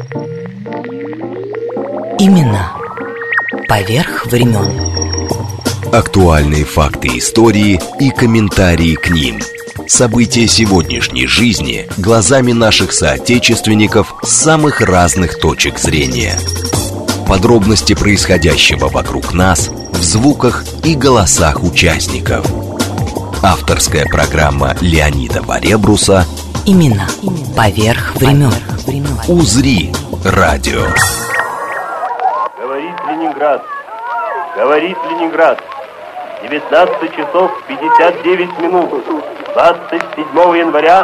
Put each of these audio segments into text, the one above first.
Имена поверх времен. Актуальные факты истории и комментарии к ним. События сегодняшней жизни глазами наших соотечественников с самых разных точек зрения. Подробности происходящего вокруг нас в звуках и голосах участников. Авторская программа Леонида Баребруса Имена поверх времен. «Узри радио». Говорит Ленинград. Говорит Ленинград. 19 часов 59 минут. 27 января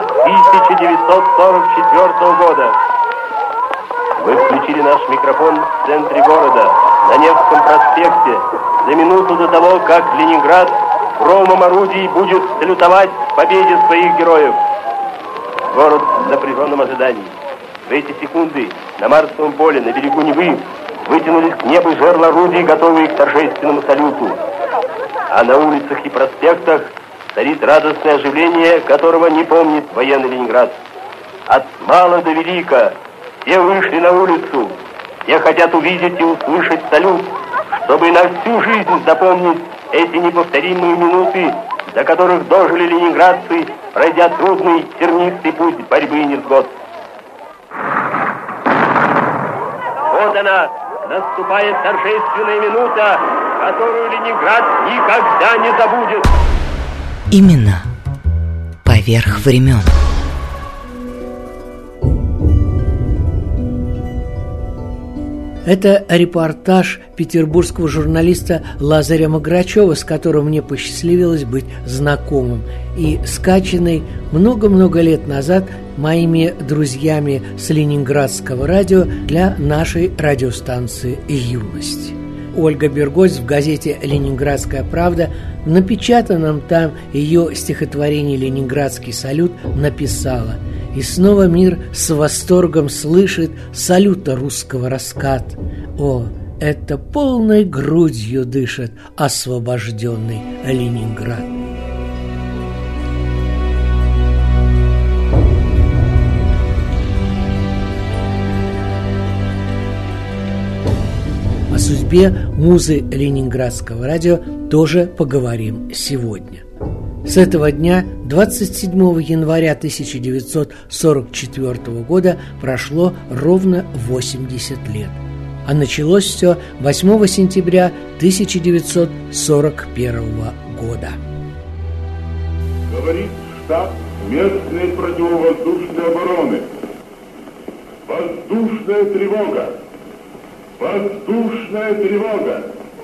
1944 года. Вы включили наш микрофон в центре города, на Невском проспекте, за минуту до того, как Ленинград громом орудий будет салютовать победе своих героев. Город в напряженном ожидании. В эти секунды на Марсовом поле, на берегу Невы, вытянулись к небу жерла орудий, готовые к торжественному салюту. А на улицах и проспектах царит радостное оживление, которого не помнит военный Ленинград. От мала до велика все вышли на улицу, все хотят увидеть и услышать салют, чтобы на всю жизнь запомнить эти неповторимые минуты, до которых дожили ленинградцы, пройдя трудный, тернистый путь борьбы и невзгод. Вот она, наступает торжественная минута, которую Ленинград никогда не забудет. Имена поверх времен. Это репортаж петербургского журналиста Лазаря Маграчева, с которым мне посчастливилось быть знакомым, и скачанный много-много лет назад моими друзьями с Ленинградского радио для нашей радиостанции «Юность». Ольга Бергось в газете «Ленинградская правда» в напечатанном там ее стихотворении «Ленинградский салют» написала: «И снова мир с восторгом слышит салюта русского раскат. О, это полной грудью дышит освобожденный Ленинград». О судьбе музы Ленинградского радио тоже поговорим сегодня. С этого дня, 27 января 1944 года, прошло ровно 80 лет. А началось все 8 сентября 1941 года. Говорит штаб местной противовоздушной обороны. Воздушная тревога! Воздушная тревога!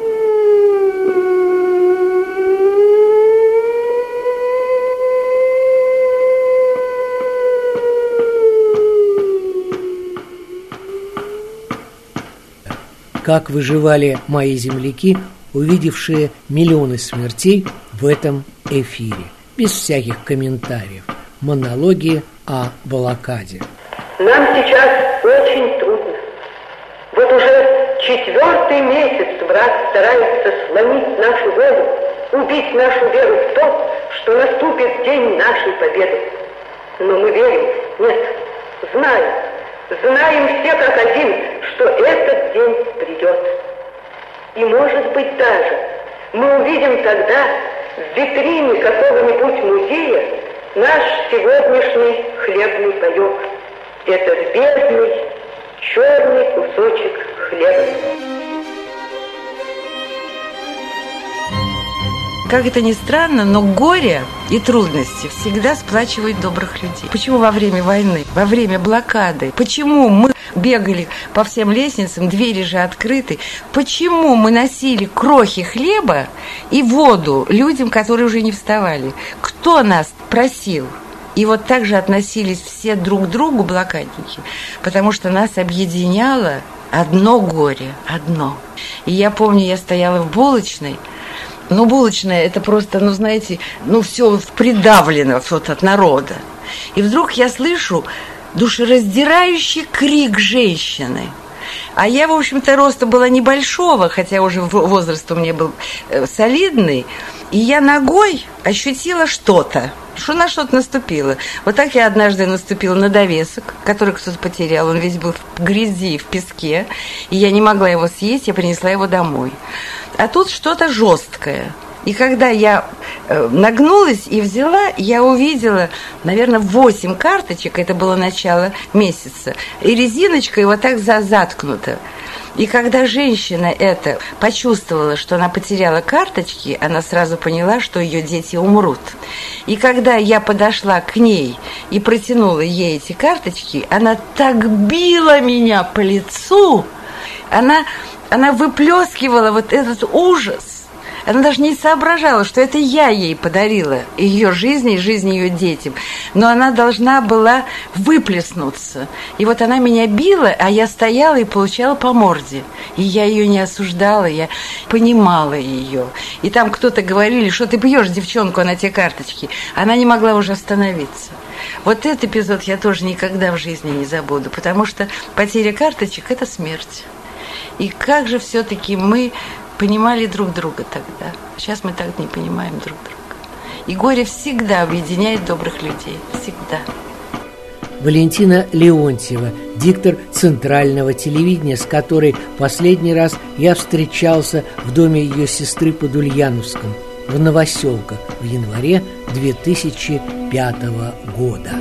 Как выживали мои земляки, увидевшие миллионы смертей в этом эфире. Без всяких комментариев. Монологи о блокаде. Нам сейчас очень трудно. Вот уже 4-й месяц враг старается сломить нашу волю, убить нашу веру в то, что наступит день нашей победы. Но мы верим, нет, знаем все как один, что этот день придет. И, может быть, даже мы увидим тогда в витрине какого-нибудь музея наш сегодняшний хлебный паёк. Этот бедный, черный кусочек хлеба. Как это ни странно, но горе и трудности всегда сплачивают добрых людей. Почему во время войны, во время блокады, почему мы бегали по всем лестницам, двери же открыты, почему мы носили крохи хлеба и воду людям, которые уже не вставали? Кто нас просил? И вот так же относились все друг к другу блокадники, потому что нас объединяло одно горе, одно. И я помню, я стояла в булочной. Ну, булочная, это просто, ну, знаете, ну, все придавлено вот от народа. И вдруг я слышу душераздирающий крик женщины. А я, в общем-то, роста была небольшого, хотя уже возраст у меня был солидный. И я ногой ощутила что-то. Что на что-то наступило. Вот так я однажды наступила на довесок, который кто-то потерял. Он весь был в грязи, в песке. И я не могла его съесть, я принесла его домой. А тут что-то жесткое. И когда я нагнулась и взяла, я увидела, наверное, 8 карточек, это было начало месяца, и резиночкой вот так заткнута. И когда женщина это почувствовала, что она потеряла карточки, она сразу поняла, что ее дети умрут. И когда я подошла к ней и протянула ей эти карточки, она так била меня по лицу, она выплескивала вот этот ужас. Она даже не соображала, что это я ей подарила ее жизни и жизнь ее детям. Но она должна была выплеснуться. И вот она меня била, а я стояла и получала по морде. И я ее не осуждала, я понимала ее. И там кто-то говорили, что ты бьешь девчонку на те карточки. Она не могла уже остановиться. Вот этот эпизод я тоже никогда в жизни не забуду, потому что потеря карточек – это смерть. И как же все-таки мы понимали друг друга тогда. Сейчас мы так не понимаем друг друга. И горе всегда объединяет добрых людей. Всегда. Валентина Леонтьева, диктор Центрального телевидения, с которой последний раз я встречался в доме ее сестры под Ульяновском, в Новоселках, в январе 2005 года.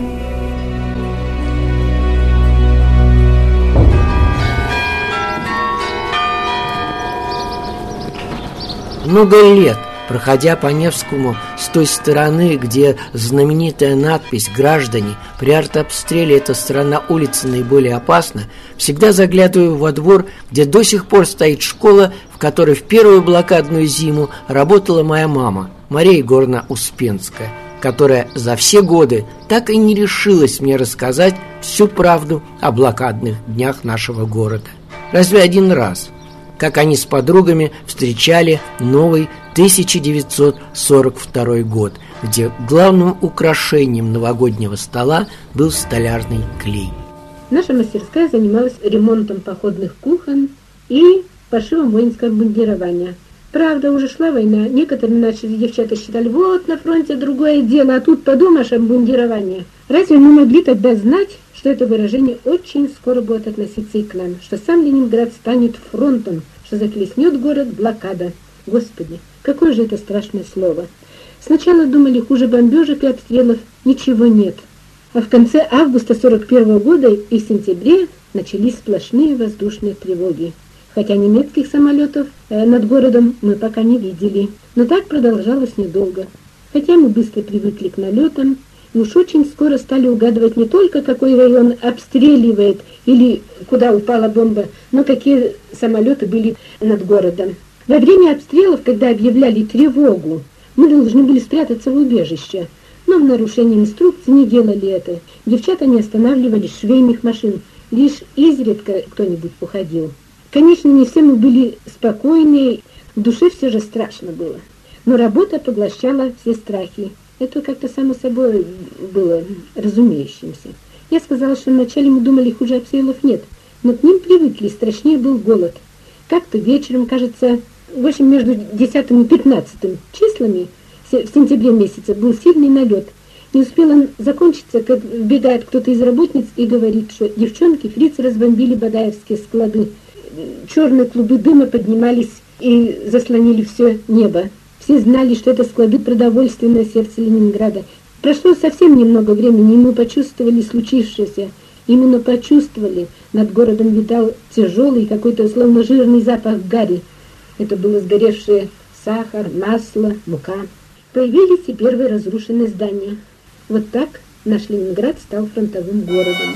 Много лет, проходя по Невскому с той стороны, где знаменитая надпись «Граждане, при артобстреле эта сторона улицы наиболее опасна», всегда заглядываю во двор, где до сих пор стоит школа, в которой в первую блокадную зиму работала моя мама, Мария Егоровна Успенская, которая за все годы так и не решилась мне рассказать всю правду о блокадных днях нашего города. Разве один раз, как они с подругами встречали новый 1942 год, где главным украшением новогоднего стола был столярный клей. Наша мастерская занималась ремонтом походных кухон и пошивом воинского обмундирования. Правда, уже шла война, некоторые наши девчата считали, вот на фронте другое дело, а тут подумаешь обмундирование. Разве мы могли тогда знать, что это выражение очень скоро будет относиться и к нам, что сам Ленинград станет фронтом, что захлестнет город блокада. Господи, какое же это страшное слово. Сначала думали, хуже бомбежек и обстрелов ничего нет. А в конце августа 1941 года и в сентябре начались сплошные воздушные тревоги. Хотя немецких самолетов над городом мы пока не видели. Но так продолжалось недолго. Хотя мы быстро привыкли к налетам, и уж очень скоро стали угадывать не только, какой район обстреливает или куда упала бомба, но какие самолеты были над городом. Во время обстрелов, когда объявляли тревогу, мы должны были спрятаться в убежище. Но в нарушении инструкций не делали это. Девчата не останавливались швейных машин. Лишь изредка кто-нибудь уходил. Конечно, не все мы были спокойны, в душе все же страшно было. Но работа поглощала все страхи. Это как-то само собой было разумеющимся. Я сказала, что вначале мы думали, хуже обстрелов нет, но к ним привыкли, страшнее был голод. Как-то вечером, кажется, в общем, между 10 и 15 числами в сентябре месяце был сильный налет. Не успел он закончиться, как вбегает кто-то из работниц и говорит, что девчонки, фрицы разбомбили бадаевские склады. Черные клубы дыма поднимались и заслонили все небо. Все знали, что это склады продовольствия на сердце Ленинграда. Прошло совсем немного времени, и мы почувствовали случившееся. Именно почувствовали. Над городом витал тяжелый, какой-то условно жирный запах гари. Это было сгоревшее сахар, масло, мука. Появились и первые разрушенные здания. Вот так наш Ленинград стал фронтовым городом.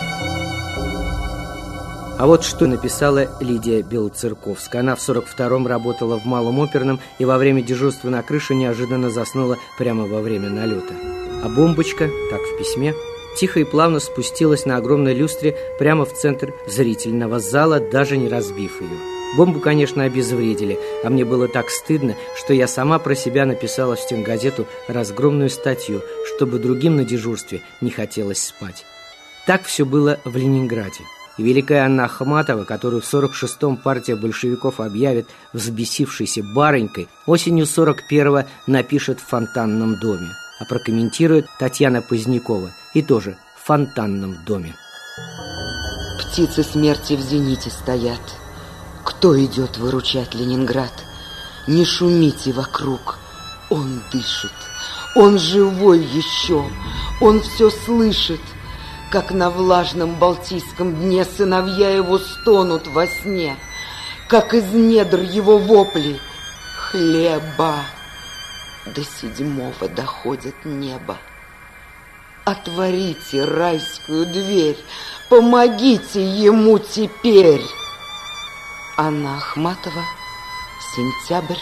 А вот что написала Лидия Белоцерковская. Она в 42-м работала в Малом оперном и во время дежурства на крыше неожиданно заснула прямо во время налета. А бомбочка, так в письме, тихо и плавно спустилась на огромной люстре прямо в центр зрительного зала, даже не разбив ее. Бомбу, конечно, обезвредили, а мне было так стыдно, что я сама про себя написала в стенгазету разгромную статью, чтобы другим на дежурстве не хотелось спать. Так все было в Ленинграде. И великая Анна Ахматова, которую в 46-м партия большевиков объявит взбесившейся барынькой, осенью 41-го напишет в «Фонтанном доме», а прокомментирует Татьяна Позднякова, и тоже в «Фонтанном доме». Птицы смерти в зените стоят. Кто идет выручать Ленинград? Не шумите вокруг. Он дышит. Он живой еще. Он все слышит. Как на влажном Балтийском дне сыновья его стонут во сне. Как из недр его вопли. Хлеба. До 7-го доходит небо. Отворите райскую дверь. Помогите ему теперь. Анна Ахматова, сентябрь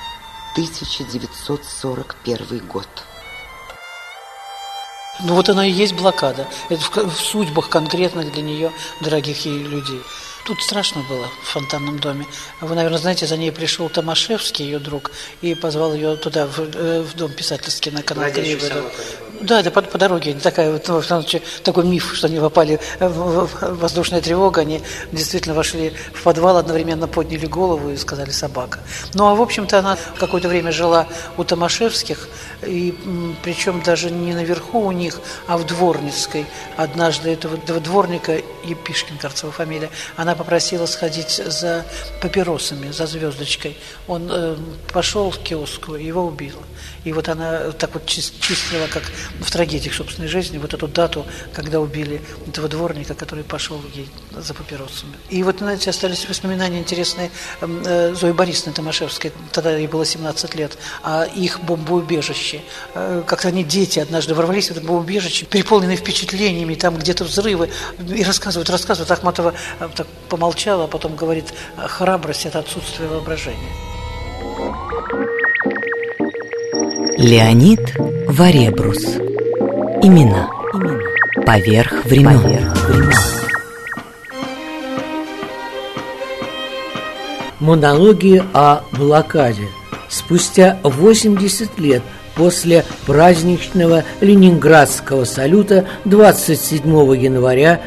1941 год. Ну вот она и есть блокада. Это в судьбах конкретных для нее, дорогих ей людей. Тут страшно было в «Фонтанном доме». Вы, наверное, знаете, за ней пришел Томашевский, ее друг, и позвал ее туда, в дом писательский на канал Кривый. Да, это по дороге. Такой миф, что они попали в воздушную тревогу. Они действительно вошли в подвал, одновременно подняли голову и сказали «собака». Ну, а в общем-то она какое-то время жила у Томашевских, и причем даже не наверху у них, а в Дворницкой. Однажды этого дворника, Епишкин, кажется, его фамилия, она попросила сходить за папиросами, за звездочкой. Он пошел в киоск, его убил. И вот она так вот числила, как в трагедиях собственной жизни, вот эту дату, когда убили этого дворника, который пошел ей за папиросами. И вот, знаете, остались воспоминания интересные Зои Борисовны Томашевской, тогда ей было 17 лет, о их бомбоубежище. Как-то они, дети, однажды ворвались в это бомбоубежище, переполненные впечатлениями, там где-то взрывы, и рассказывают. Ахматова так помолчала, а потом говорит: храбрость – это отсутствие воображения. Леонид Варебрус. Имена. Поверх времен. Монологи о блокаде. Спустя 80 лет после праздничного Ленинградского салюта 27 января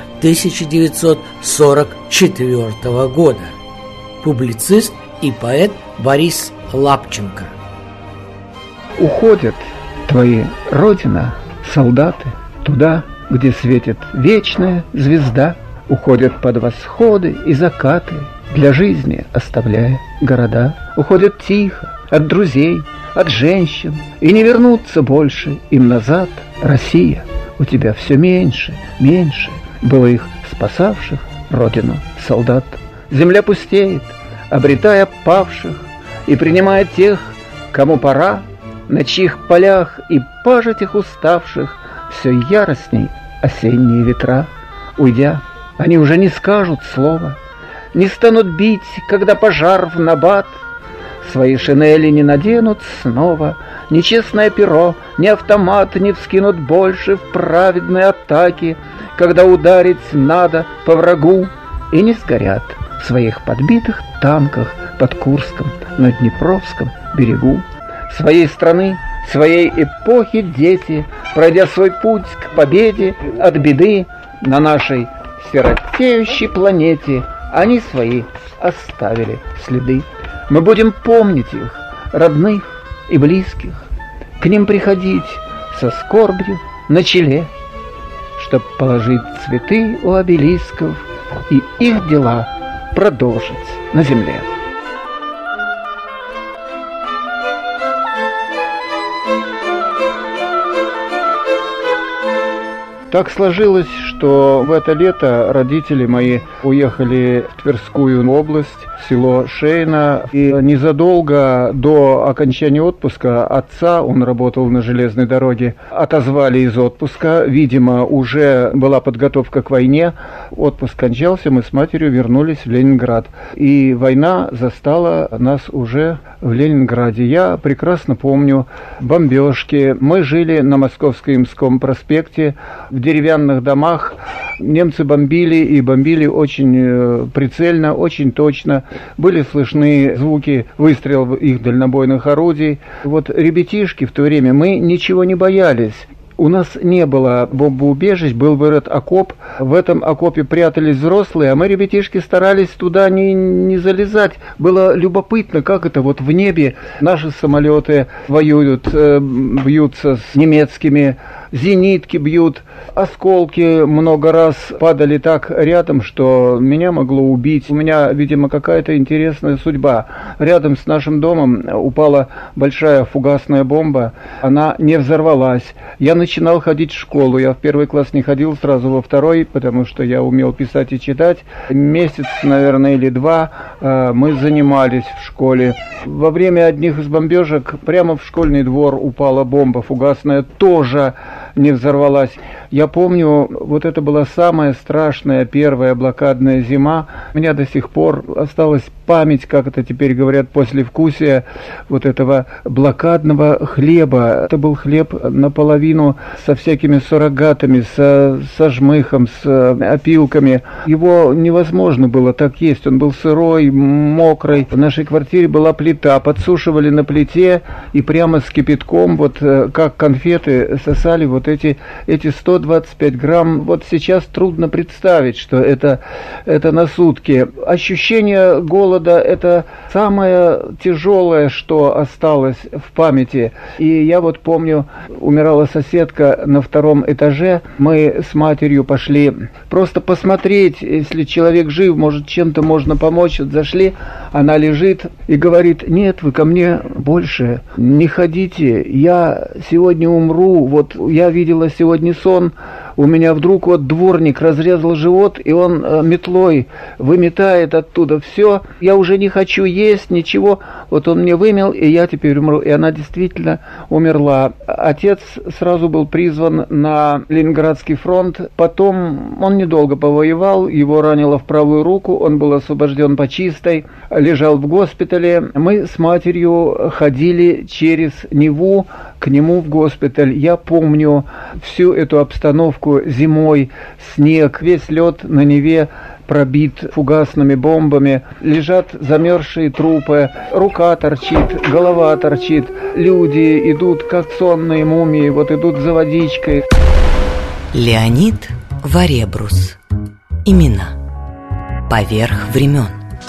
1944 года. Публицист и поэт Борис Лапченко. Уходят твои родина, солдаты, туда, где светит вечная звезда. Уходят под восходы и закаты, для жизни оставляя города. Уходят тихо от друзей, от женщин, и не вернуться больше им назад. Россия, у тебя все меньше, меньше было их спасавших родину солдат. Земля пустеет, обретая павших и принимая тех, кому пора, на чьих полях и пажитях уставших все яростней осенние ветра. Уйдя, они уже не скажут слова, не станут бить, когда пожар в набат. Свои шинели не наденут снова, ни честное перо, ни автомат не вскинут больше в праведной атаке, когда ударить надо по врагу, и не сгорят в своих подбитых танках под Курском на Днепровском берегу. Своей страны, своей эпохи дети, пройдя свой путь к победе от беды на нашей сиротеющей планете, они свои оставили следы. Мы будем помнить их, родных и близких, к ним приходить со скорбью на челе, чтоб положить цветы у обелисков и их дела продолжить на земле. Так сложилось, что в это лето родители мои уехали в Тверскую область, в село Шейно. И незадолго до окончания отпуска отца, он работал на железной дороге, отозвали из отпуска. Видимо, уже была подготовка к войне. Отпуск кончался, мы с матерью вернулись в Ленинград. И война застала нас уже в Ленинграде. Я прекрасно помню бомбежки. Мы жили на Московско-Имском проспекте, в деревянных домах. Немцы бомбили, и бомбили очень прицельно, очень точно. Были слышны звуки выстрелов их дальнобойных орудий. Вот ребятишки в то время, мы ничего не боялись. У нас не было бомбоубежищ, был вырыт окоп. В этом окопе прятались взрослые, а мы, ребятишки, старались туда не залезать. Было любопытно, как это вот в небе наши самолеты воюют, бьются с немецкими, зенитки бьют, осколки много раз падали так рядом, что меня могло убить. У меня, видимо, какая-то интересная судьба. Рядом с нашим домом упала большая фугасная бомба, она не взорвалась. Я начинал ходить в школу. Я в первый класс не ходил, сразу во второй, потому что я умел писать и читать. Месяц, наверное, или два мы занимались в школе. Во время одних из бомбежек прямо в школьный двор упала бомба фугасная, тоже не взорвалась. Я помню, вот это была самая страшная первая блокадная зима. У меня до сих пор осталась память, как это теперь говорят, послевкусие вот этого блокадного хлеба. Это был хлеб наполовину со всякими суррогатами, со жмыхом, с опилками. Его невозможно было так есть. Он был сырой, мокрый. В нашей квартире была плита. Подсушивали на плите и прямо с кипятком, вот как конфеты, сосали вот эти 125 грамм. Вот сейчас трудно представить, что это на сутки. Ощущение голода – это самое тяжелое, что осталось в памяти. И я вот помню, умирала соседка на втором этаже. Мы с матерью пошли просто посмотреть, если человек жив, может, чем-то можно помочь. Зашли, она лежит и говорит: нет, вы ко мне больше не ходите, я сегодня умру. Вот я видела сегодня сон, у меня вдруг вот дворник разрезал живот, и он метлой выметает оттуда все. Я уже не хочу есть, ничего. Вот он мне вымел, и я теперь умру. И она действительно умерла. Отец сразу был призван на Ленинградский фронт. Потом он недолго повоевал, его ранило в правую руку, он был освобожден по чистой, лежал в госпитале. Мы с матерью ходили через Неву к нему в госпиталь. Я помню всю эту обстановку зимой, снег, весь лед на Неве пробит фугасными бомбами, лежат замерзшие трупы, рука торчит, голова торчит, люди идут как сонные мумии, вот идут за водичкой. Леонид Варебрус. Имена. Поверх времен.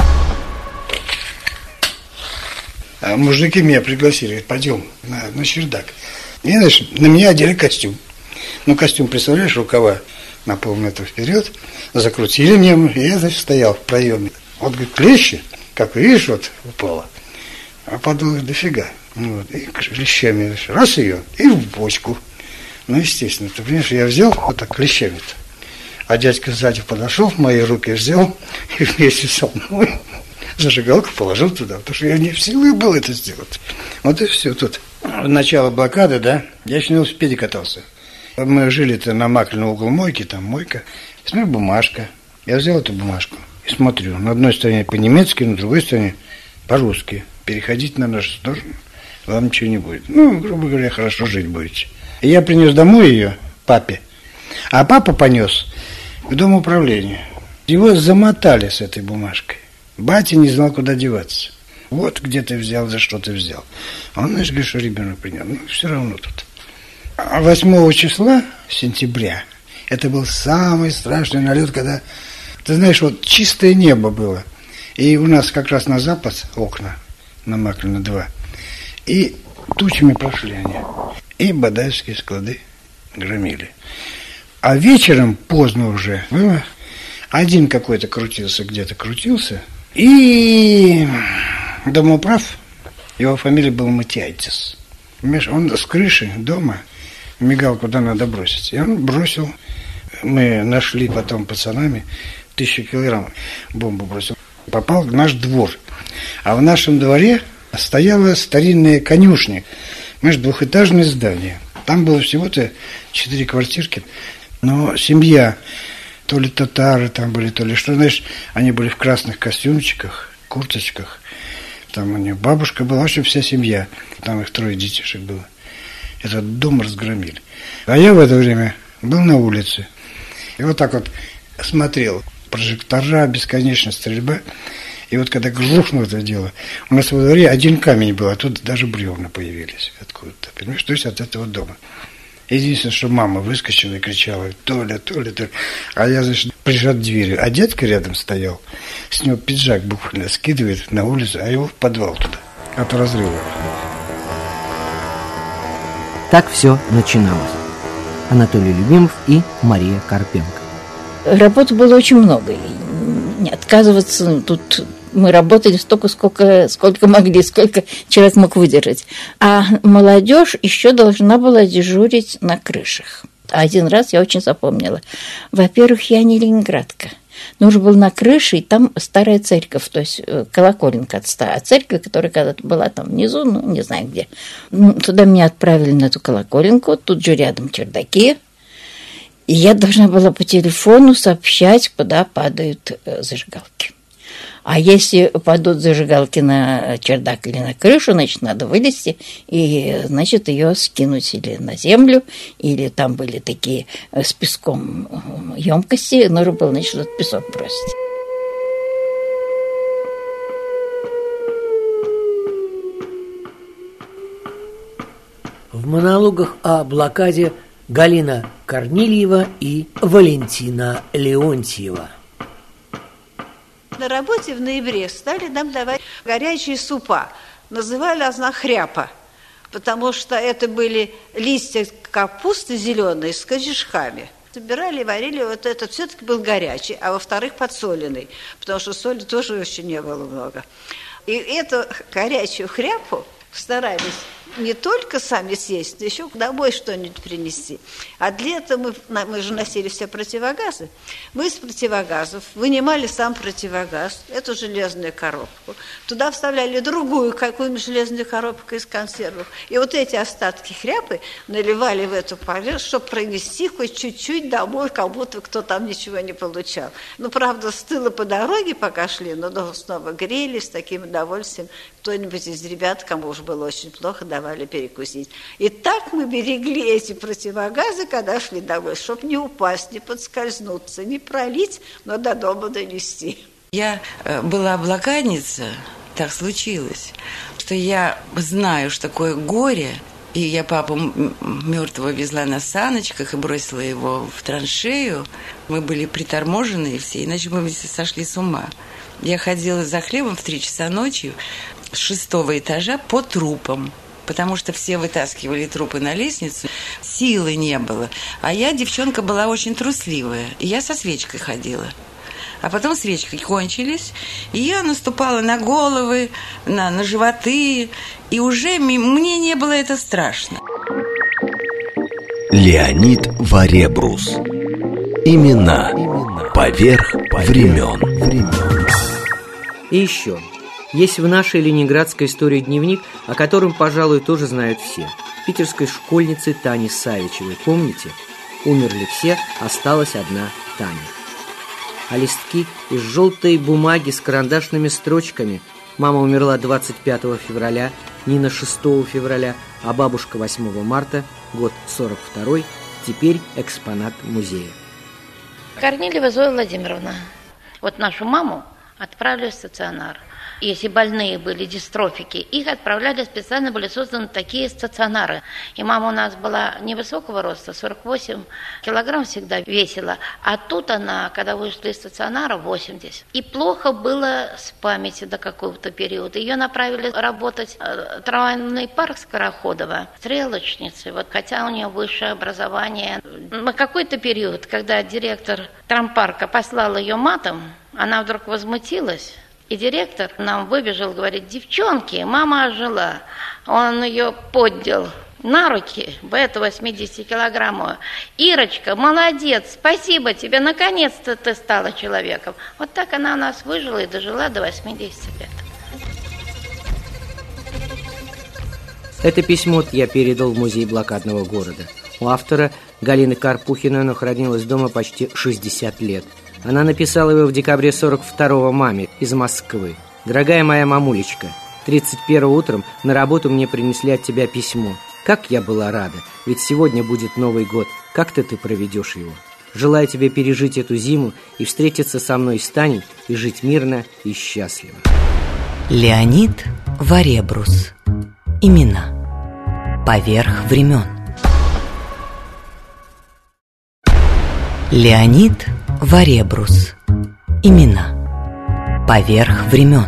Мужики меня пригласили, говорят: пойдем на чердак. И, значит, на меня одели костюм. Ну, костюм, представляешь, рукава на полметра вперед, закрутили мне, и я, значит, стоял в проеме. Вот, говорит, клещи, как видишь, вот упала. А подумал: дофига. Ну, вот, и клещами, значит, раз ее, и в бочку. Ну, естественно, ты понимаешь, я взял вот так клещами-то. А дядька сзади подошел, мои руки взял, и вместе со мной зажигалку положил туда, потому что я не в силах был это сделать. Вот и все тут. Начало блокады, да, я еще на велосипеде катался. Мы жили-то на Маклино, угол мойки, там мойка. Смотрю, бумажка. Я взял эту бумажку и смотрю. На одной стороне по-немецки, на другой стороне по-русски. Переходить на нашу сторону, вам ничего не будет. Ну, грубо говоря, хорошо жить будете. И я принес домой ее папе. А папа понес в дом управления. Его замотали с этой бумажкой. Батя не знал, куда деваться. Вот где ты взял, за что ты взял. Он, знаешь, говорит, что ребенок принес. Ну, все равно тут. 8 числа сентября, это был самый страшный налет, когда, ты знаешь, вот чистое небо было. И у нас как раз на запад окна, на Маклина 2. И тучами прошли они. И Бадаевские склады громили. А вечером, поздно уже, было, один какой-то крутился, где-то крутился. И домоуправ, его фамилия была Матиайтис. Понимаешь, он с крыши дома мигал, куда надо бросить. И он бросил. Мы нашли потом пацанами 1000 килограмм бомбу бросил. Попал в наш двор. А в нашем дворе стояла старинная конюшня. Понимаешь, двухэтажное здание. Там было всего-то 4 квартирки. Но семья, то ли татары там были, то ли что, знаешь, они были в красных костюмчиках, курточках. Там у них бабушка была, вообще вся семья. Там их 3 детишек было. Этот дом разгромили. А я в это время был на улице. И вот так вот смотрел. Прожектора, бесконечная стрельба. И вот когда грохнуло это дело, у нас во дворе один камень был, а тут даже бревна появились откуда-то. Понимаешь, то есть от этого дома. Единственное, что мама выскочила и кричала: Толя, Толя, Толя. А я, значит, прижат к двери. А дедка рядом стоял, с него пиджак буквально скидывает на улицу, а его в подвал туда, от разрыва. Так все начиналось. Анатолий Любимов и Мария Карпенко. Работы было очень много. И не отказываться, тут мы работали столько, сколько могли, сколько человек мог выдержать. А молодежь еще должна была дежурить на крышах. Один раз я очень запомнила. Во-первых, я не ленинградка. Нужно было на крыше, и там старая церковь, то есть колоколенка от церкви, которая когда-то была там внизу, ну, не знаю где. Туда меня отправили на эту колоколенку, тут же рядом чердаки. И я должна была по телефону сообщать, куда падают зажигалки. А если падут зажигалки на чердак или на крышу, значит, надо вылезти и, значит, ее скинуть или на землю, или там были такие с песком емкости, нужно было, значит, этот песок бросить. В монологах о блокаде Галина Корнильева и Валентина Леонтьева. На работе в ноябре стали нам давать горячие супа. Называли она хряпа, потому что это были листья капусты зеленые с корешками. Собирали и варили, вот этот все-таки был горячий, а во-вторых, подсоленный, потому что соли тоже еще не было много. И эту горячую хряпу старались не только сами съесть, но еще домой что-нибудь принести. А для этого мы же носили все противогазы. Мы из противогазов вынимали сам противогаз, эту железную коробку. Туда вставляли другую какую-нибудь железную коробку из консервов. И вот эти остатки хряпы наливали в эту поверхность, чтобы пронести хоть чуть-чуть домой, как будто кто там ничего не получал. Ну, правда, стыло по дороге, пока шли, но снова грелись с таким удовольствием. Кто-нибудь из ребят, кому уж было очень плохо, давали перекусить. И так мы берегли эти противогазы, когда шли домой, чтобы не упасть, не подскользнуться, не пролить, но до дома донести. Я была блокадница, так случилось, что я знаю, что такое горе, и я папу мертвого везла на саночках и бросила его в траншею. Мы были приторможены все, иначе мы все сошли с ума. Я ходила за хлебом в 3 часа ночи с 6-го этажа по трупам, потому что все вытаскивали трупы на лестницу, силы не было. А я, девчонка, была очень трусливая, и я со свечкой ходила. А потом свечки кончились, и я наступала на головы, на животы, и уже мне не было это страшно. Леонид Варебрус. Имена поверх времен. И еще. Есть в нашей ленинградской истории дневник, о котором, пожалуй, тоже знают все. Питерской школьницы Тани Савичевой. Помните? Умерли все, осталась одна Таня. А листки из желтой бумаги с карандашными строчками. Мама умерла 25 февраля, Нина 6 февраля, а бабушка 8 марта, год 42-й, теперь экспонат музея. Корнильева Зоя Владимировна. Вот нашу маму отправили в стационар. Если больные были дистрофики, их отправляли, специально были созданы такие стационары. И мама у нас была невысокого роста, 48 килограмм всегда весила. А тут она, когда вышла из стационара, 80. И плохо было с памятью до какого-то периода. Ее направили работать в трамвайный парк Скороходово, стрелочницей. Вот, хотя у нее высшее образование. На какой-то период, когда директор трампарка послал ее матом, она вдруг возмутилась. И директор нам выбежал, говорит: девчонки, мама ожила. Он ее поднял на руки, эту 80-килограммовую. Ирочка, молодец, спасибо тебе, наконец-то ты стала человеком. Вот так она у нас выжила и дожила до 80 лет. Это письмо я передал в музей блокадного города. У автора Галины Карпухиной оно хранилось дома почти 60 лет. Она написала его в декабре 42-го маме из Москвы. «Дорогая моя мамулечка, 31-го утром на работу мне принесли от тебя письмо. Как я была рада, ведь сегодня будет Новый год. Как-то ты проведешь его. Желаю тебе пережить эту зиму и встретиться со мной с Таней и жить мирно и счастливо». Леонид Варебрус. Имена поверх времен. Леонид Варебрус. Имена. Поверх времен.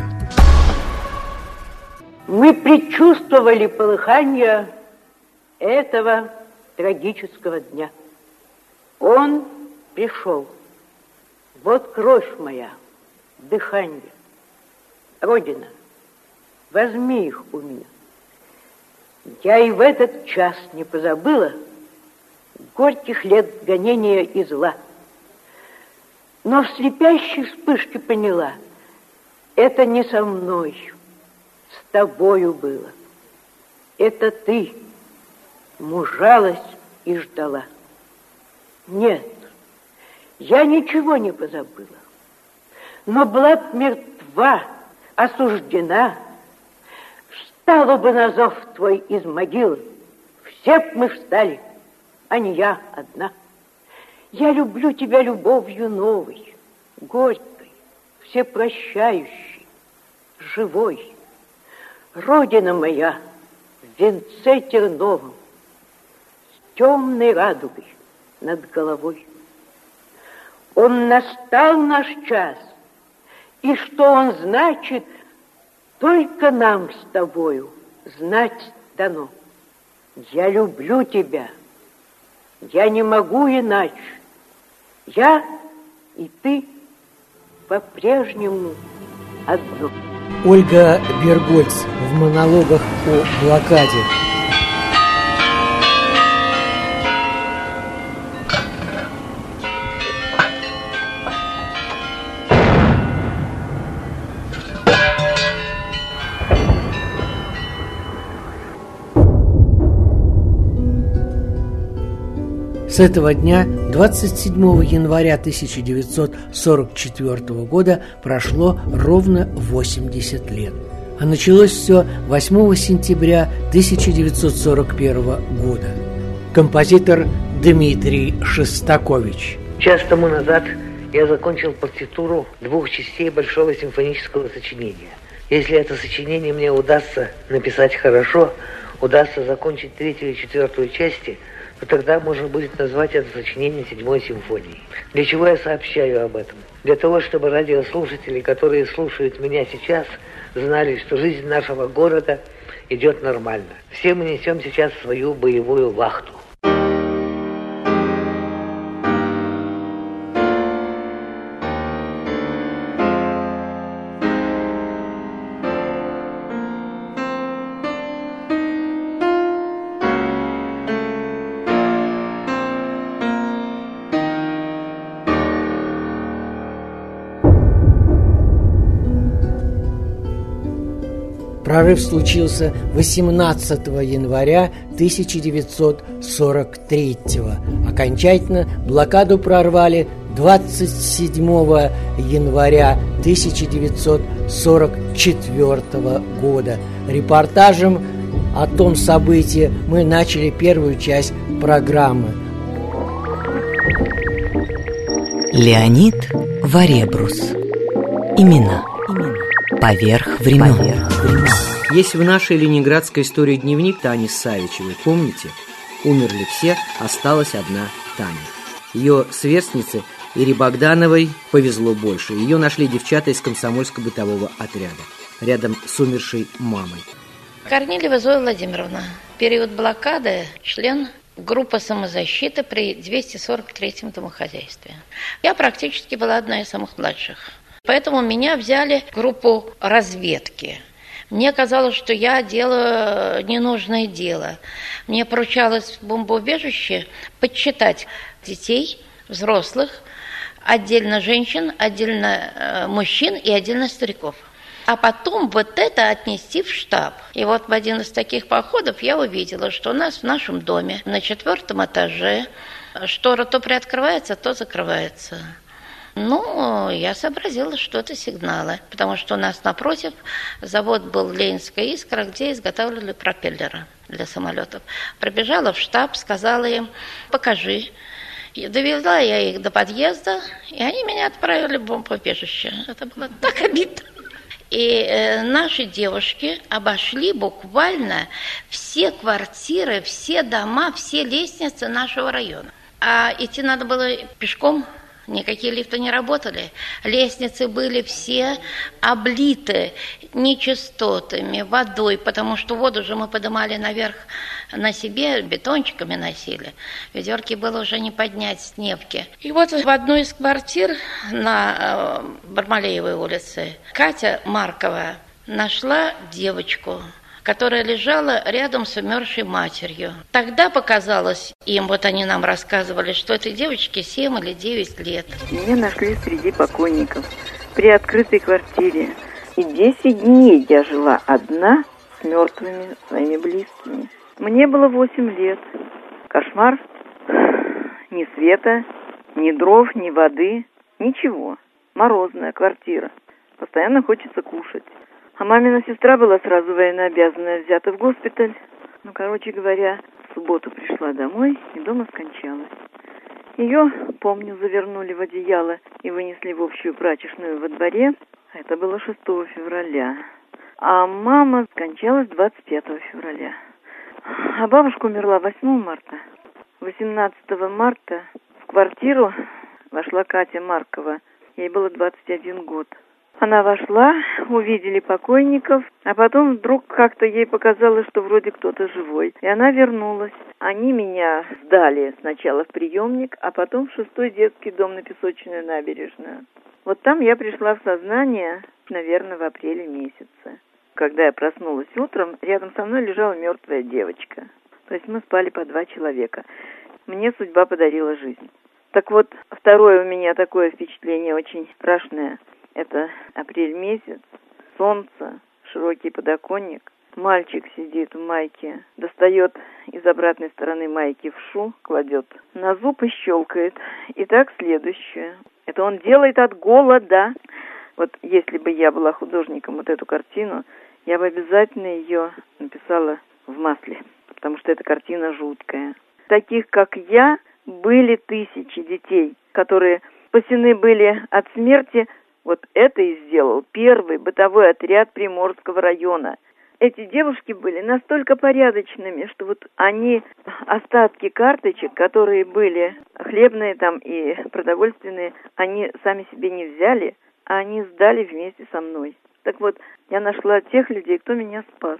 Мы предчувствовали полыхание этого трагического дня. Он пришел. Вот кровь моя, дыхание. Родина, возьми их у меня. Я и в этот час не позабыла горьких лет гонения и зла. Но в слепящей вспышке поняла, это не со мной, с тобою было. Это ты мужалась и ждала. Нет, я ничего не позабыла. Но была б мертва, осуждена, встала бы на зов твой из могилы. Все б мы встали, а не я одна. Я люблю тебя любовью новой, горькой, всепрощающей, живой. Родина моя в венце терновом, с темной радугой над головой. Он настал наш час, и что он значит, только нам с тобою знать дано. Я люблю тебя, я не могу иначе. Я и ты по-прежнему одно. Ольга Бергольц в монологах о блокаде. С этого дня, 27 января 1944 года, прошло ровно 80 лет. А началось все 8 сентября 1941 года. Композитор Дмитрий Шостакович. Час тому назад я закончил партитуру 2 частей большого симфонического сочинения. Если это сочинение мне удастся написать хорошо, удастся закончить 3-ю и 4-ю части, то тогда можно будет назвать это сочинение 7-й симфонией. Для чего я сообщаю об этом? Для того, чтобы радиослушатели, которые слушают меня сейчас, знали, что жизнь нашего города идет нормально. Все мы несем сейчас свою боевую вахту. Прорыв случился 18 января 1943 года. Окончательно блокаду прорвали 27 января 1944 года. Репортажем о том событии мы начали первую часть программы. Леонид Варебрус. Имена. Поверх времен. Есть в нашей ленинградской истории дневник Тани Савичевой. Помните? Умерли все, осталась одна Таня. Ее сверстнице Ире Богдановой повезло больше. Ее нашли девчата из комсомольско-бытового отряда, рядом с умершей мамой. Корнилева Зоя Владимировна. Период блокады, член группы самозащиты при 243-м домохозяйстве. Я практически была одна из самых младших. Поэтому меня взяли в группу разведки. Мне казалось, что я делаю ненужное дело. Мне поручалось в бомбоубежище подсчитать детей, взрослых, отдельно женщин, отдельно мужчин и отдельно стариков. А потом вот это отнести в штаб. И вот в один из таких походов я увидела, что у нас в нашем доме на 4-м этаже штора то приоткрывается, то закрывается. Ну, я сообразила, что это сигналы, потому что у нас напротив завод был «Ленинская искра», где изготавливали пропеллеры для самолетов. Пробежала в штаб, сказала им: покажи. И довела я их до подъезда, и они меня отправили в бомбоубежище. Это было так обидно. И наши девушки обошли буквально все квартиры, все дома, все лестницы нашего района. А идти надо было пешком. Никакие лифты не работали. Лестницы были все облиты нечистотами, водой, потому что воду же мы поднимали наверх на себе, бетончиками носили. Ведерки было уже не поднять с Невки. И вот в одной из квартир на Бармалеевой улице Катя Маркова нашла девочку, которая лежала рядом с умершей матерью. Тогда показалось им, вот они нам рассказывали, что этой девочке 7 или 9 лет. Меня нашли среди покойников при открытой квартире. И 10 дней я жила одна с мертвыми своими близкими. Мне было 8 лет. Кошмар. Ни света, ни дров, ни воды, ничего. Морозная квартира. Постоянно хочется кушать. А мамина сестра была сразу военнообязанная, взята в госпиталь. Ну, короче говоря, в субботу пришла домой и дома скончалась. Ее, помню, завернули в одеяло и вынесли в общую прачечную во дворе. Это было 6 февраля. А мама скончалась 25 февраля. А бабушка умерла 8 марта. 18 марта в квартиру вошла Катя Маркова. Ей было 21 год. Она вошла, увидели покойников, а потом вдруг как-то ей показалось, что вроде кто-то живой. И она вернулась. Они меня сдали сначала в приемник, а потом в 6-й детский дом на Песочную набережную. Вот там я пришла в сознание, наверное, в апреле месяце. Когда я проснулась утром, рядом со мной лежала мертвая девочка. То есть мы спали по 2 человека. Мне судьба подарила жизнь. Так вот, второе у меня такое впечатление очень страшное. Это апрель месяц, солнце, широкий подоконник. Мальчик сидит в майке, достает из обратной стороны майки вшу, кладет на зуб и щелкает. Итак, следующее. Это он делает от голода. Вот если бы я была художником, вот эту картину, я бы обязательно ее написала в масле, потому что эта картина жуткая. Таких, как я, были тысячи детей, которые спасены были от смерти. Вот это и сделал первый бытовой отряд Приморского района. Эти девушки были настолько порядочными, что вот они остатки карточек, которые были хлебные там и продовольственные, они сами себе не взяли, а они сдали вместе со мной. Так вот, я нашла тех людей, кто меня спас.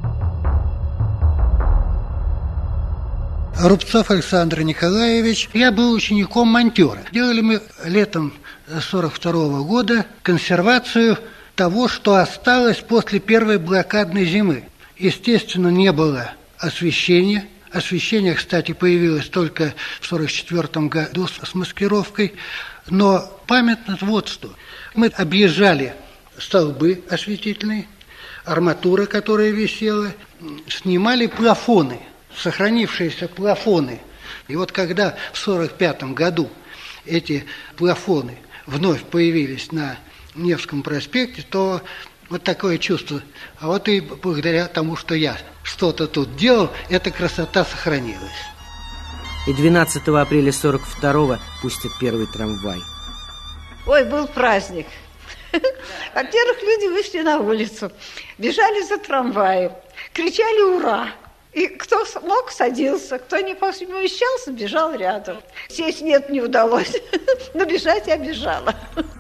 Рубцов Александр Николаевич. Я был учеником монтера. Делали мы летом 1942 года консервацию того, что осталось после первой блокадной зимы. Естественно, не было освещения. Освещение, кстати, появилось только в 1944 году с маскировкой. Но памятно вот что. Мы объезжали столбы осветительные, арматура, которая висела, снимали плафоны, сохранившиеся плафоны. И вот когда в 1945 году эти плафоны вновь появились на Невском проспекте, то вот такое чувство. А вот и благодаря тому, что я что-то тут делал, эта красота сохранилась. И 12 апреля 1942-го пустят первый трамвай. Ой, был праздник. Во-первых, люди вышли на улицу, бежали за трамваем, кричали «Ура!». И кто мог, садился, кто не помещался, бежал рядом. Сесть нет, не удалось, но бежать я бежала.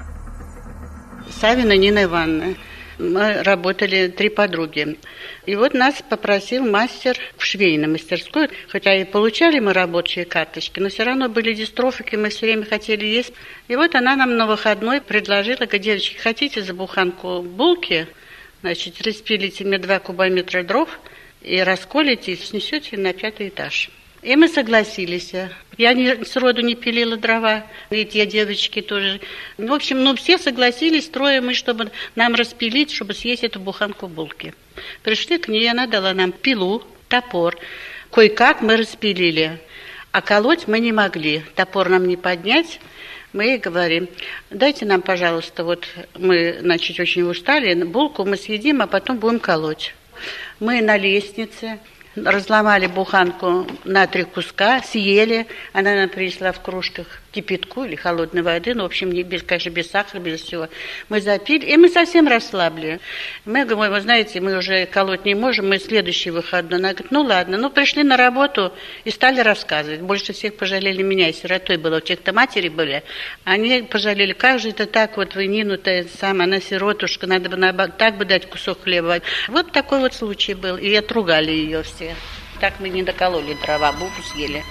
Савина Нина Ивановна. Мы работали 3 подруги. И вот нас попросил мастер в швейной мастерской, хотя и получали мы рабочие карточки, но все равно были дистрофики, мы все время хотели есть. И вот она нам на выходной предложила, говорит: девочки, хотите за буханку булки? Значит, распилите мне 2 кубометра дров и расколите, и снесете на 5-й этаж. И мы согласились. Я сроду не пилила дрова, и те девочки тоже. В общем, все согласились, 3 мы, чтобы нам распилить, чтобы съесть эту буханку булки. Пришли к ней, она дала нам пилу, топор. Кое-как мы распилили, а колоть мы не могли. Топор нам не поднять. Мы ей говорим: дайте нам, пожалуйста, вот мы, значит, очень устали, булку мы съедим, а потом будем колоть. Мы на лестнице разломали буханку на 3 куска, съели. Она нам принесла в кружках кипятку или холодной воды, ну, в общем, конечно, без сахара, без всего. Мы запили, и мы совсем расслабли. Мы говорим, вы знаете, мы уже колоть не можем, мы следующий выходной. Она говорит, ну ладно, ну пришли на работу и стали рассказывать. Больше всех пожалели меня, и сиротой было, у тех-то матери были. Они пожалели, как же это так, вот вы Нину-то сама, она сиротушка, надо бы так бы дать кусок хлеба. Вот такой вот случай был, и отругали ее все. Так мы не докололи дрова, бубу съели.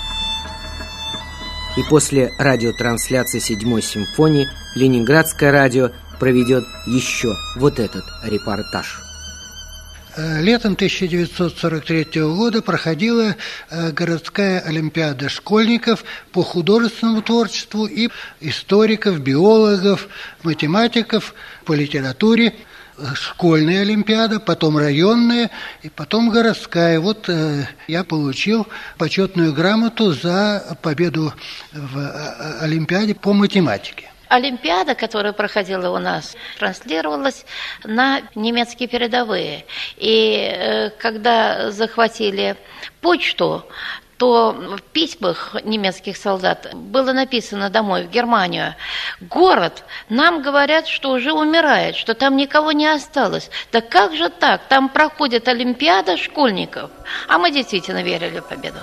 И после радиотрансляции 7-й симфонии Ленинградское радио проведет еще вот этот репортаж. Летом 1943 года проходила городская олимпиада школьников по художественному творчеству и историков, биологов, математиков по литературе. Школьная олимпиада, потом районная и потом городская. Вот я получил почетную грамоту за победу в олимпиаде по математике. Олимпиада, которая проходила у нас, транслировалась на немецкие передовые. И когда захватили почту, то в письмах немецких солдат было написано домой, в Германию: город, нам говорят, что уже умирает, что там никого не осталось. Да как же так? Там проходит олимпиада школьников. А мы действительно верили в победу.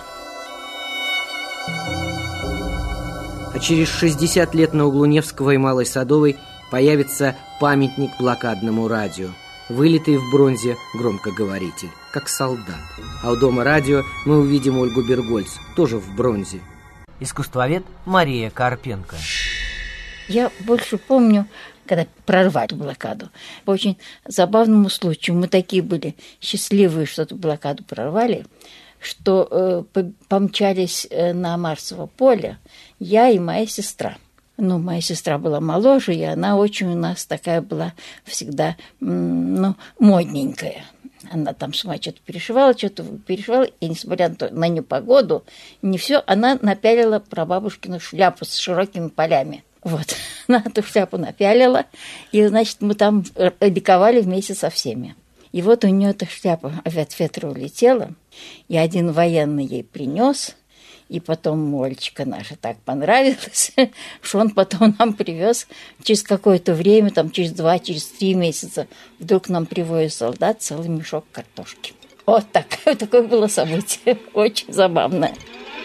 А через 60 лет на углу Невского и Малой Садовой появится памятник блокадному радио, вылитый в бронзе громкоговоритель, как солдат. А у Дома радио мы увидим Ольгу Бергольц, тоже в бронзе. Искусствовед Мария Карпенко. Я больше помню, когда прорвали блокаду. По очень забавному случаю. Мы такие были счастливые, что эту блокаду прорвали, что помчались на Марсово поле я и моя сестра. Ну, моя сестра была моложе, и она очень у нас такая была всегда, модненькая. Она там сама что-то перешивала, и несмотря на непогоду, не все, она напялила прабабушкину шляпу с широкими полями. Вот, она эту шляпу напялила, и, значит, мы там ликовали вместе со всеми. И вот у нее эта шляпа от ветра улетела, и один военный ей принес. И потом Олечка наша так понравилась, что он потом нам привез через какое-то время, там через 2, через 3 месяца, вдруг нам привозит солдат целый мешок картошки. Вот такое было событие, очень забавное.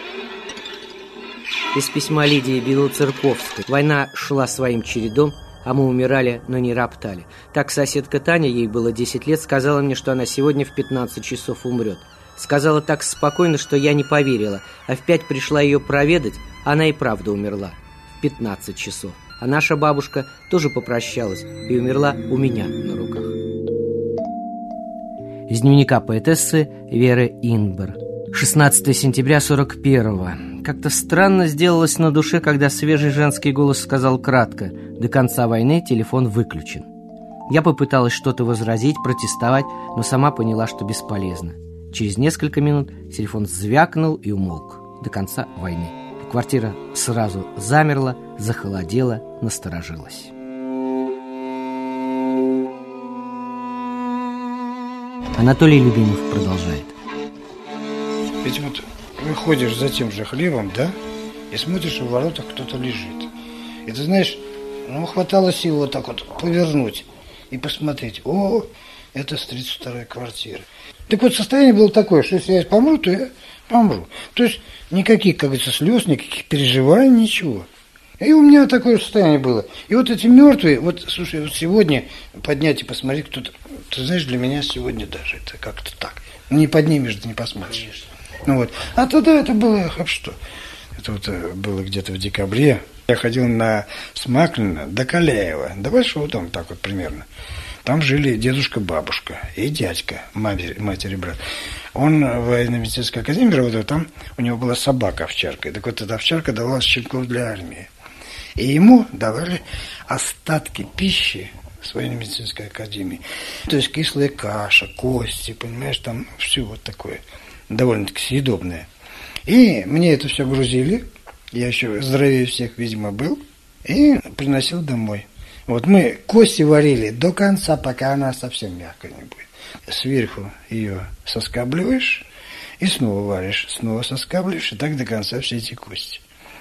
Из письма Лидии Белоцерковской. Война шла своим чередом, а мы умирали, но не роптали. Так соседка Таня, ей было 10 лет, сказала мне, что она сегодня в 15 часов умрет. Сказала так спокойно, что я не поверила, а в 5 пришла ее проведать, она и правда умерла. В 15 часов. А наша бабушка тоже попрощалась и умерла у меня на руках. Из дневника поэтессы Веры Инбер. 16 сентября 41-го. Как-то странно сделалось на душе, когда свежий женский голос сказал кратко: до конца войны телефон выключен. Я попыталась что-то возразить, протестовать, но сама поняла, что бесполезно. Через несколько минут телефон звякнул и умолк. До конца войны. Квартира сразу замерла, захолодела, насторожилась. Анатолий Любимов продолжает. Ведь вот выходишь за тем же хлебом, да, и смотришь, в воротах кто-то лежит. И ты знаешь, хватало сил вот так вот повернуть и посмотреть. О, это с 32-й квартиры. Так вот, состояние было такое, что если я помру, то я помру. То есть никаких, как говорится, слез, никаких переживаний, ничего. И у меня такое состояние было. И вот эти мертвые, вот, слушай, вот сегодня поднять и посмотреть кто-то, ты знаешь, для меня сегодня даже это как-то так. Не поднимешь, да не посмотришь. Вот. А тогда это было, что? Это вот было где-то в декабре. Я ходил на Смаклина до Каляева, до Большого дома, так вот примерно. Там жили дедушка-бабушка и дядька, матери брат. Он в военно-медицинской академии работал, там у него была собака-овчарка. Так вот эта овчарка давала щенков для армии. И ему давали остатки пищи с военно-медицинской академии. То есть кислая каша, кости, понимаешь, там все вот такое довольно-таки съедобное. И мне это все грузили. Я еще здоровее всех, видимо, был. И приносил домой. Вот мы кости варили до конца, пока она совсем мягкая не будет. Сверху ее соскабливаешь и снова варишь, снова соскабливаешь, и так до конца все эти кости.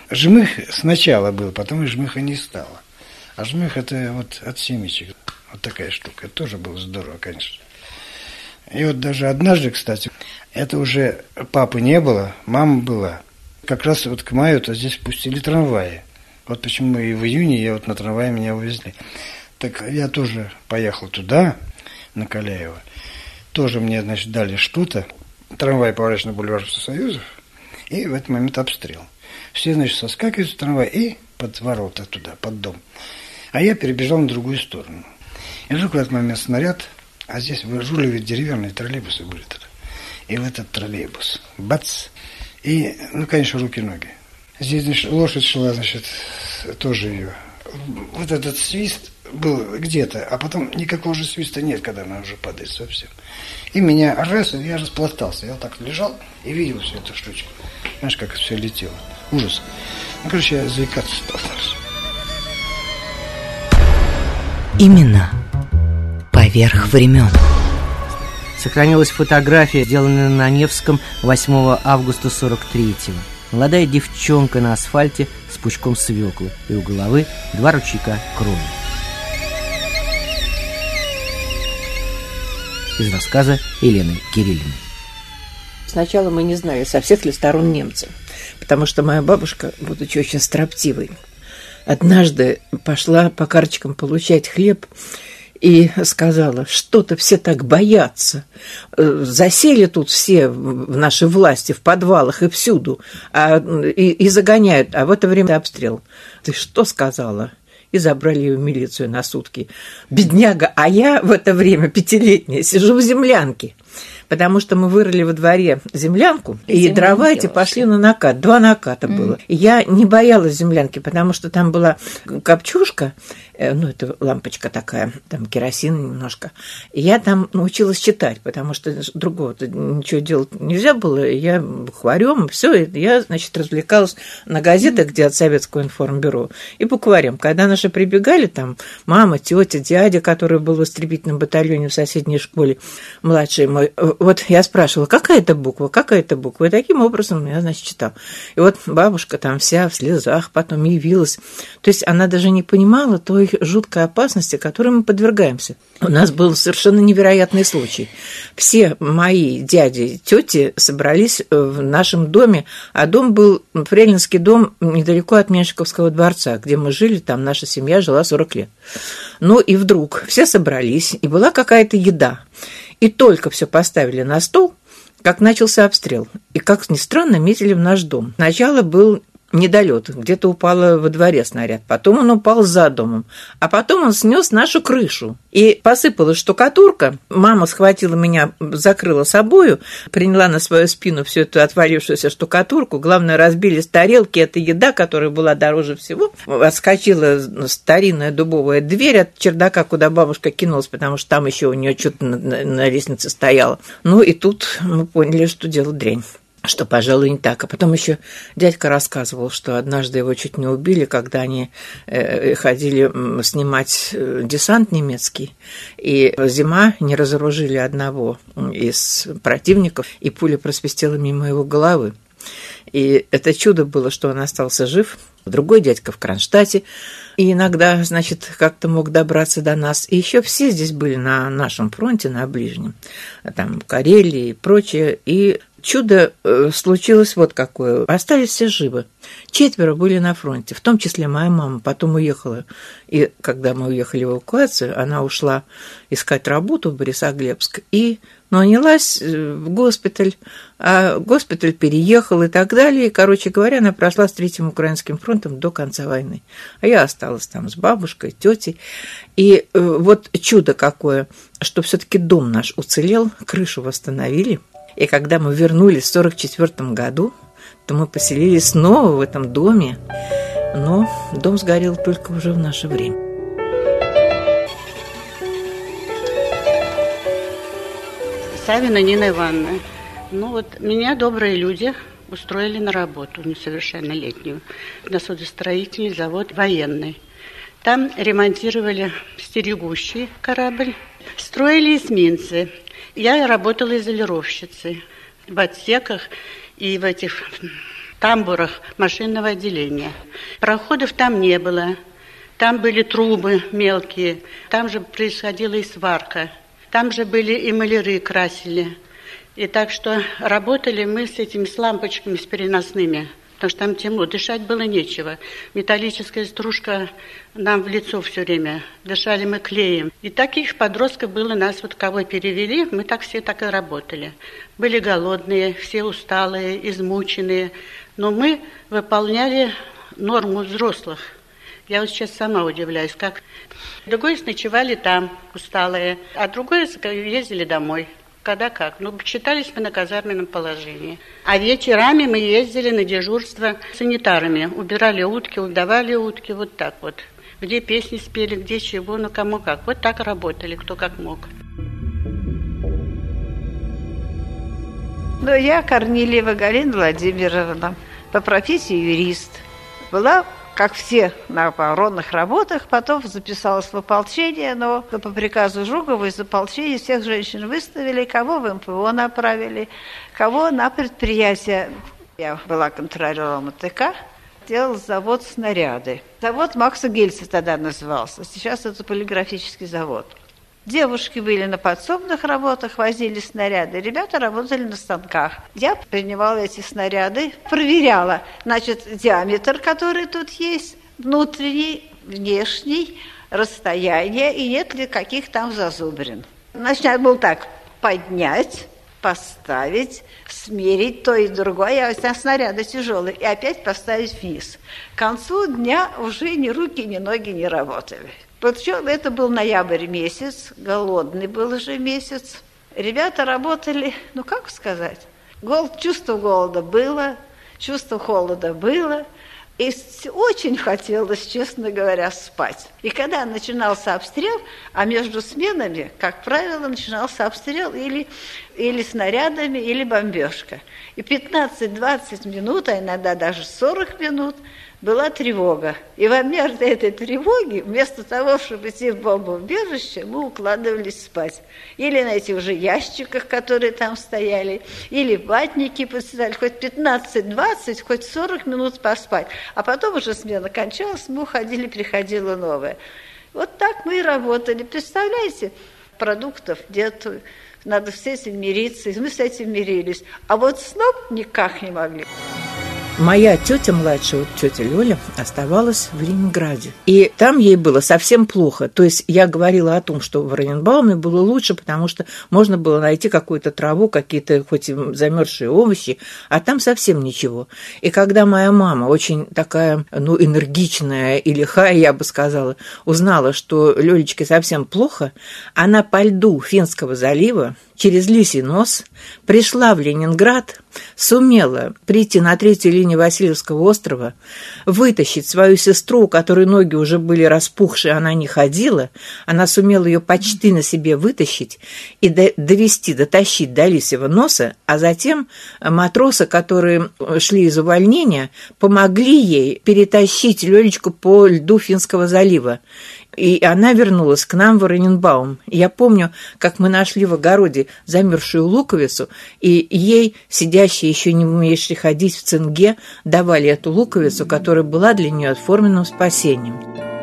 Жмых сначала был, потом и жмыха не стало. А жмых это вот от семечек. Вот такая штука. Это тоже было здорово, конечно. И вот даже однажды, кстати, это уже папы не было, мама была. Как раз вот к маю-то здесь пустили трамваи. Вот почему и в июне я вот на трамвае меня увезли. Так я тоже поехал туда, на Каляева. Тоже мне, значит, дали что-то. Трамвай поворачивает на бульвар Союзов. И в этот момент обстрел. Все, значит, соскакивают с трамвая и под ворота туда, под дом. А я перебежал на другую сторону. И вдруг в этот момент снаряд, а здесь в Жулеве деревянные троллейбусы были тогда. И в этот троллейбус, бац, и, ну, конечно, руки-ноги. Здесь, значит, лошадь шла, значит, тоже ее. Вот этот свист был где-то, а потом никакого же свиста нет, когда она уже падает совсем. И меня раз, и я распластался. Я вот так лежал и видел всю эту штучку. Знаешь, как это все летело. Ужас. Ну, короче, я заикаться стал. Имена поверх времен. Сохранилась фотография, сделанная на Невском 8 августа 43-го. Молодая девчонка на асфальте с пучком свеклы, и у головы 2 ручейка крови. Из рассказа Елены Кириллиной. Сначала мы не знали, со всех ли сторон немцы, потому что моя бабушка, будучи очень строптивой, однажды пошла по карточкам получать хлеб и сказала, что-то все так боятся. Засели тут все в нашей власти, в подвалах и всюду, и загоняют. А в это время обстрел. Ты что сказала? И забрали ее в милицию на сутки. Бедняга, а я в это время 5-летняя сижу в землянке. Потому что мы вырыли во дворе землянку, и дрова эти пошли на накат. 2 наката было. И я не боялась землянки, потому что там была копчушка, ну, это лампочка такая, там керосин немножко. И я там научилась читать, потому что другого-то ничего делать нельзя было. Я букварем, все, я, значит, развлекалась на газетах, где от Советского информбюро, и букварем. Когда наши прибегали, там, мама, тетя, дядя, который был в истребительном батальоне в соседней школе, младший мой, вот я спрашивала, какая это буква, какая это буква, и таким образом я, значит, читала. И вот бабушка там вся в слезах потом явилась. То есть она даже не понимала той жуткой опасности, которой мы подвергаемся. У нас был совершенно невероятный случай. Все мои дяди, тети собрались в нашем доме, а дом был Фрейлинский дом недалеко от Меньшиковского дворца, где мы жили, там наша семья жила 40 лет. Ну и вдруг все собрались, и была какая-то еда. И только все поставили на стол, как начался обстрел. И, как ни странно, метили в наш дом. Сначала был недолет, где-то упало во дворе снаряд, потом он упал за домом, а потом он снес нашу крышу. И посыпалась штукатурка. Мама схватила меня, закрыла собою, приняла на свою спину всю эту отвалившуюся штукатурку. Главное, разбились тарелки, это еда, которая была дороже всего. Отскочила старинная дубовая дверь от чердака, куда бабушка кинулась, потому что там еще у нее что-то на лестнице стояло. Ну и тут мы поняли, что дело дрянь. Что, пожалуй, не так. А потом еще дядька рассказывал, что однажды его чуть не убили, когда они ходили снимать десант немецкий, и зима не разоружили одного из противников, и пуля просвистела мимо его головы. И это чудо было, что он остался жив. Другой дядька в Кронштадте, и иногда, значит, как-то мог добраться до нас. И еще все здесь были на нашем фронте, на ближнем, там, Карелии и прочее. И чудо случилось вот какое. Остались все живы. 4 были на фронте, в том числе моя мама. Потом уехала. И когда мы уехали в эвакуацию, она ушла искать работу в Борисоглебск и нанялась в госпиталь. А госпиталь переехал и так далее. И, короче говоря, она прошла с 3-м Украинским фронтом до конца войны. А я осталась там с бабушкой, тетей. И вот чудо какое, что все-таки дом наш уцелел, крышу восстановили. И когда мы вернулись в 1944 году, то мы поселились снова в этом доме. Но дом сгорел только уже в наше время. Савина Нина Ивановна. Ну вот меня добрые люди устроили на работу несовершеннолетнюю на судостроительный завод военный. Там ремонтировали стерегущий корабль, строили эсминцы. Я работала изолировщицей в отсеках и в этих тамбурах машинного отделения. Проходов там не было. Там были трубы мелкие, там же происходила и сварка. Там же были и маляры красили. И так что работали мы с этими лампочками, с переносными. Потому что там темно, дышать было нечего. Металлическая стружка нам в лицо все время. Дышали мы клеем. И таких подростков было нас, вот кого перевели, мы так все так и работали. Были голодные, все усталые, измученные. Но мы выполняли норму взрослых. Я вот сейчас сама удивляюсь, как. Другое ночевали там, усталые, а другое ездили домой. Когда как. Ну, читались мы на казарменном положении. А вечерами мы ездили на дежурство с санитарами. Убирали утки, удавали утки, вот так вот. Где песни спели, где чего, ну кому как. Вот так работали, кто как мог. Ну, я Корнилиева Галина Владимировна, по профессии юрист. Была, как все, на оборонных работах, потом записалась в ополчение, но по приказу Жукова из ополчения всех женщин выставили, кого в МПО направили, кого на предприятие. Я была контролером АТК, делал завод «Снаряды». Завод Макса Гельца тогда назывался, сейчас это полиграфический завод. Девушки были на подсобных работах, возили снаряды, ребята работали на станках. Я принимала эти снаряды, проверяла, значит, диаметр, который тут есть, внутренний, внешний, расстояние и нет ли каких там зазубрин. Значит, надо было так, поднять, поставить, смерить то и другое, а снаряды тяжелые, и опять поставить вниз. К концу дня уже ни руки, ни ноги не работали. Причем это был ноябрь месяц, голодный был уже месяц. Ребята работали, ну как сказать, чувство голода было, чувство холода было. И очень хотелось, честно говоря, спать. И когда начинался обстрел, а между сменами, как правило, начинался обстрел или снарядами, или бомбежка. И 15-20 минут, а иногда даже 40 минут была тревога. И во время этой тревоги, вместо того, чтобы идти в бомбоубежище, мы укладывались спать. Или на этих уже ящиках, которые там стояли, или ватники поставили, хоть 15-20, хоть 40 минут поспать. А потом уже смена кончалась, мы уходили, приходила новая. Вот так мы и работали. Представляете, продуктов нет, надо с этим мириться, и мы с этим мирились. А вот сном никак не могли. Моя тетя младшая, вот тетя Лёля, оставалась в Ленинграде. И там ей было совсем плохо. То есть я говорила о том, что в Ораниенбауме было лучше, потому что можно было найти какую-то траву, какие-то хоть и замерзшие овощи, а там совсем ничего. И когда моя мама, очень такая, энергичная и лихая, я бы сказала, узнала, что Лёлечке совсем плохо, она по льду Финского залива через Лисий нос пришла в Ленинград, сумела прийти на третью линию Васильевского острова, вытащить свою сестру, у которой ноги уже были распухшие, она не ходила, она сумела ее почти на себе вытащить и дотащить до Лисьего носа, а затем матросы, которые шли из увольнения, помогли ей перетащить Лёлечку по льду Финского залива. И она вернулась к нам в Ораниенбаум. Я помню, как мы нашли в огороде замерзшую луковицу, и ей, сидящей еще не умеющей ходить в цинге, давали эту луковицу, которая была для нее форменным спасением.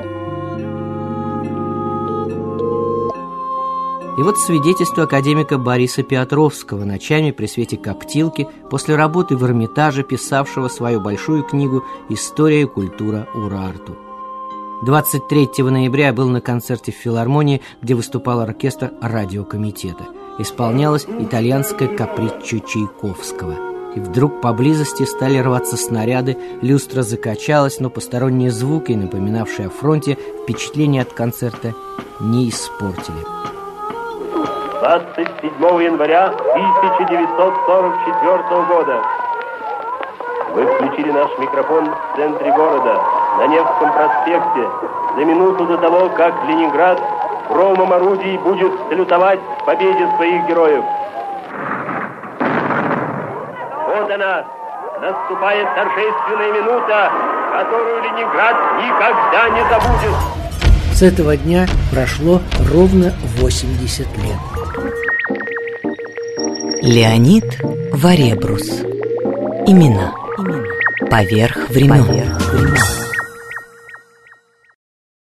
И вот свидетельство академика Бориса Петровского, ночами при свете коптилки, после работы в Эрмитаже, писавшего свою большую книгу «История и культура Урарту». 23 ноября был на концерте в филармонии, где выступал оркестр радиокомитета. Исполнялась итальянская каприччо Чайковского. И вдруг поблизости стали рваться снаряды, люстра закачалась, но посторонние звуки, напоминавшие о фронте, впечатление от концерта не испортили. 27 января 1944 года. Вы включили наш микрофон в центре города, на Невском проспекте, за минуту до того, как Ленинград громом орудий будет салютовать победе своих героев. Вот она, наступает торжественная минута, которую Ленинград никогда не забудет. С этого дня прошло ровно 80 лет. Леонид Варебрус. Имена. Поверх времен.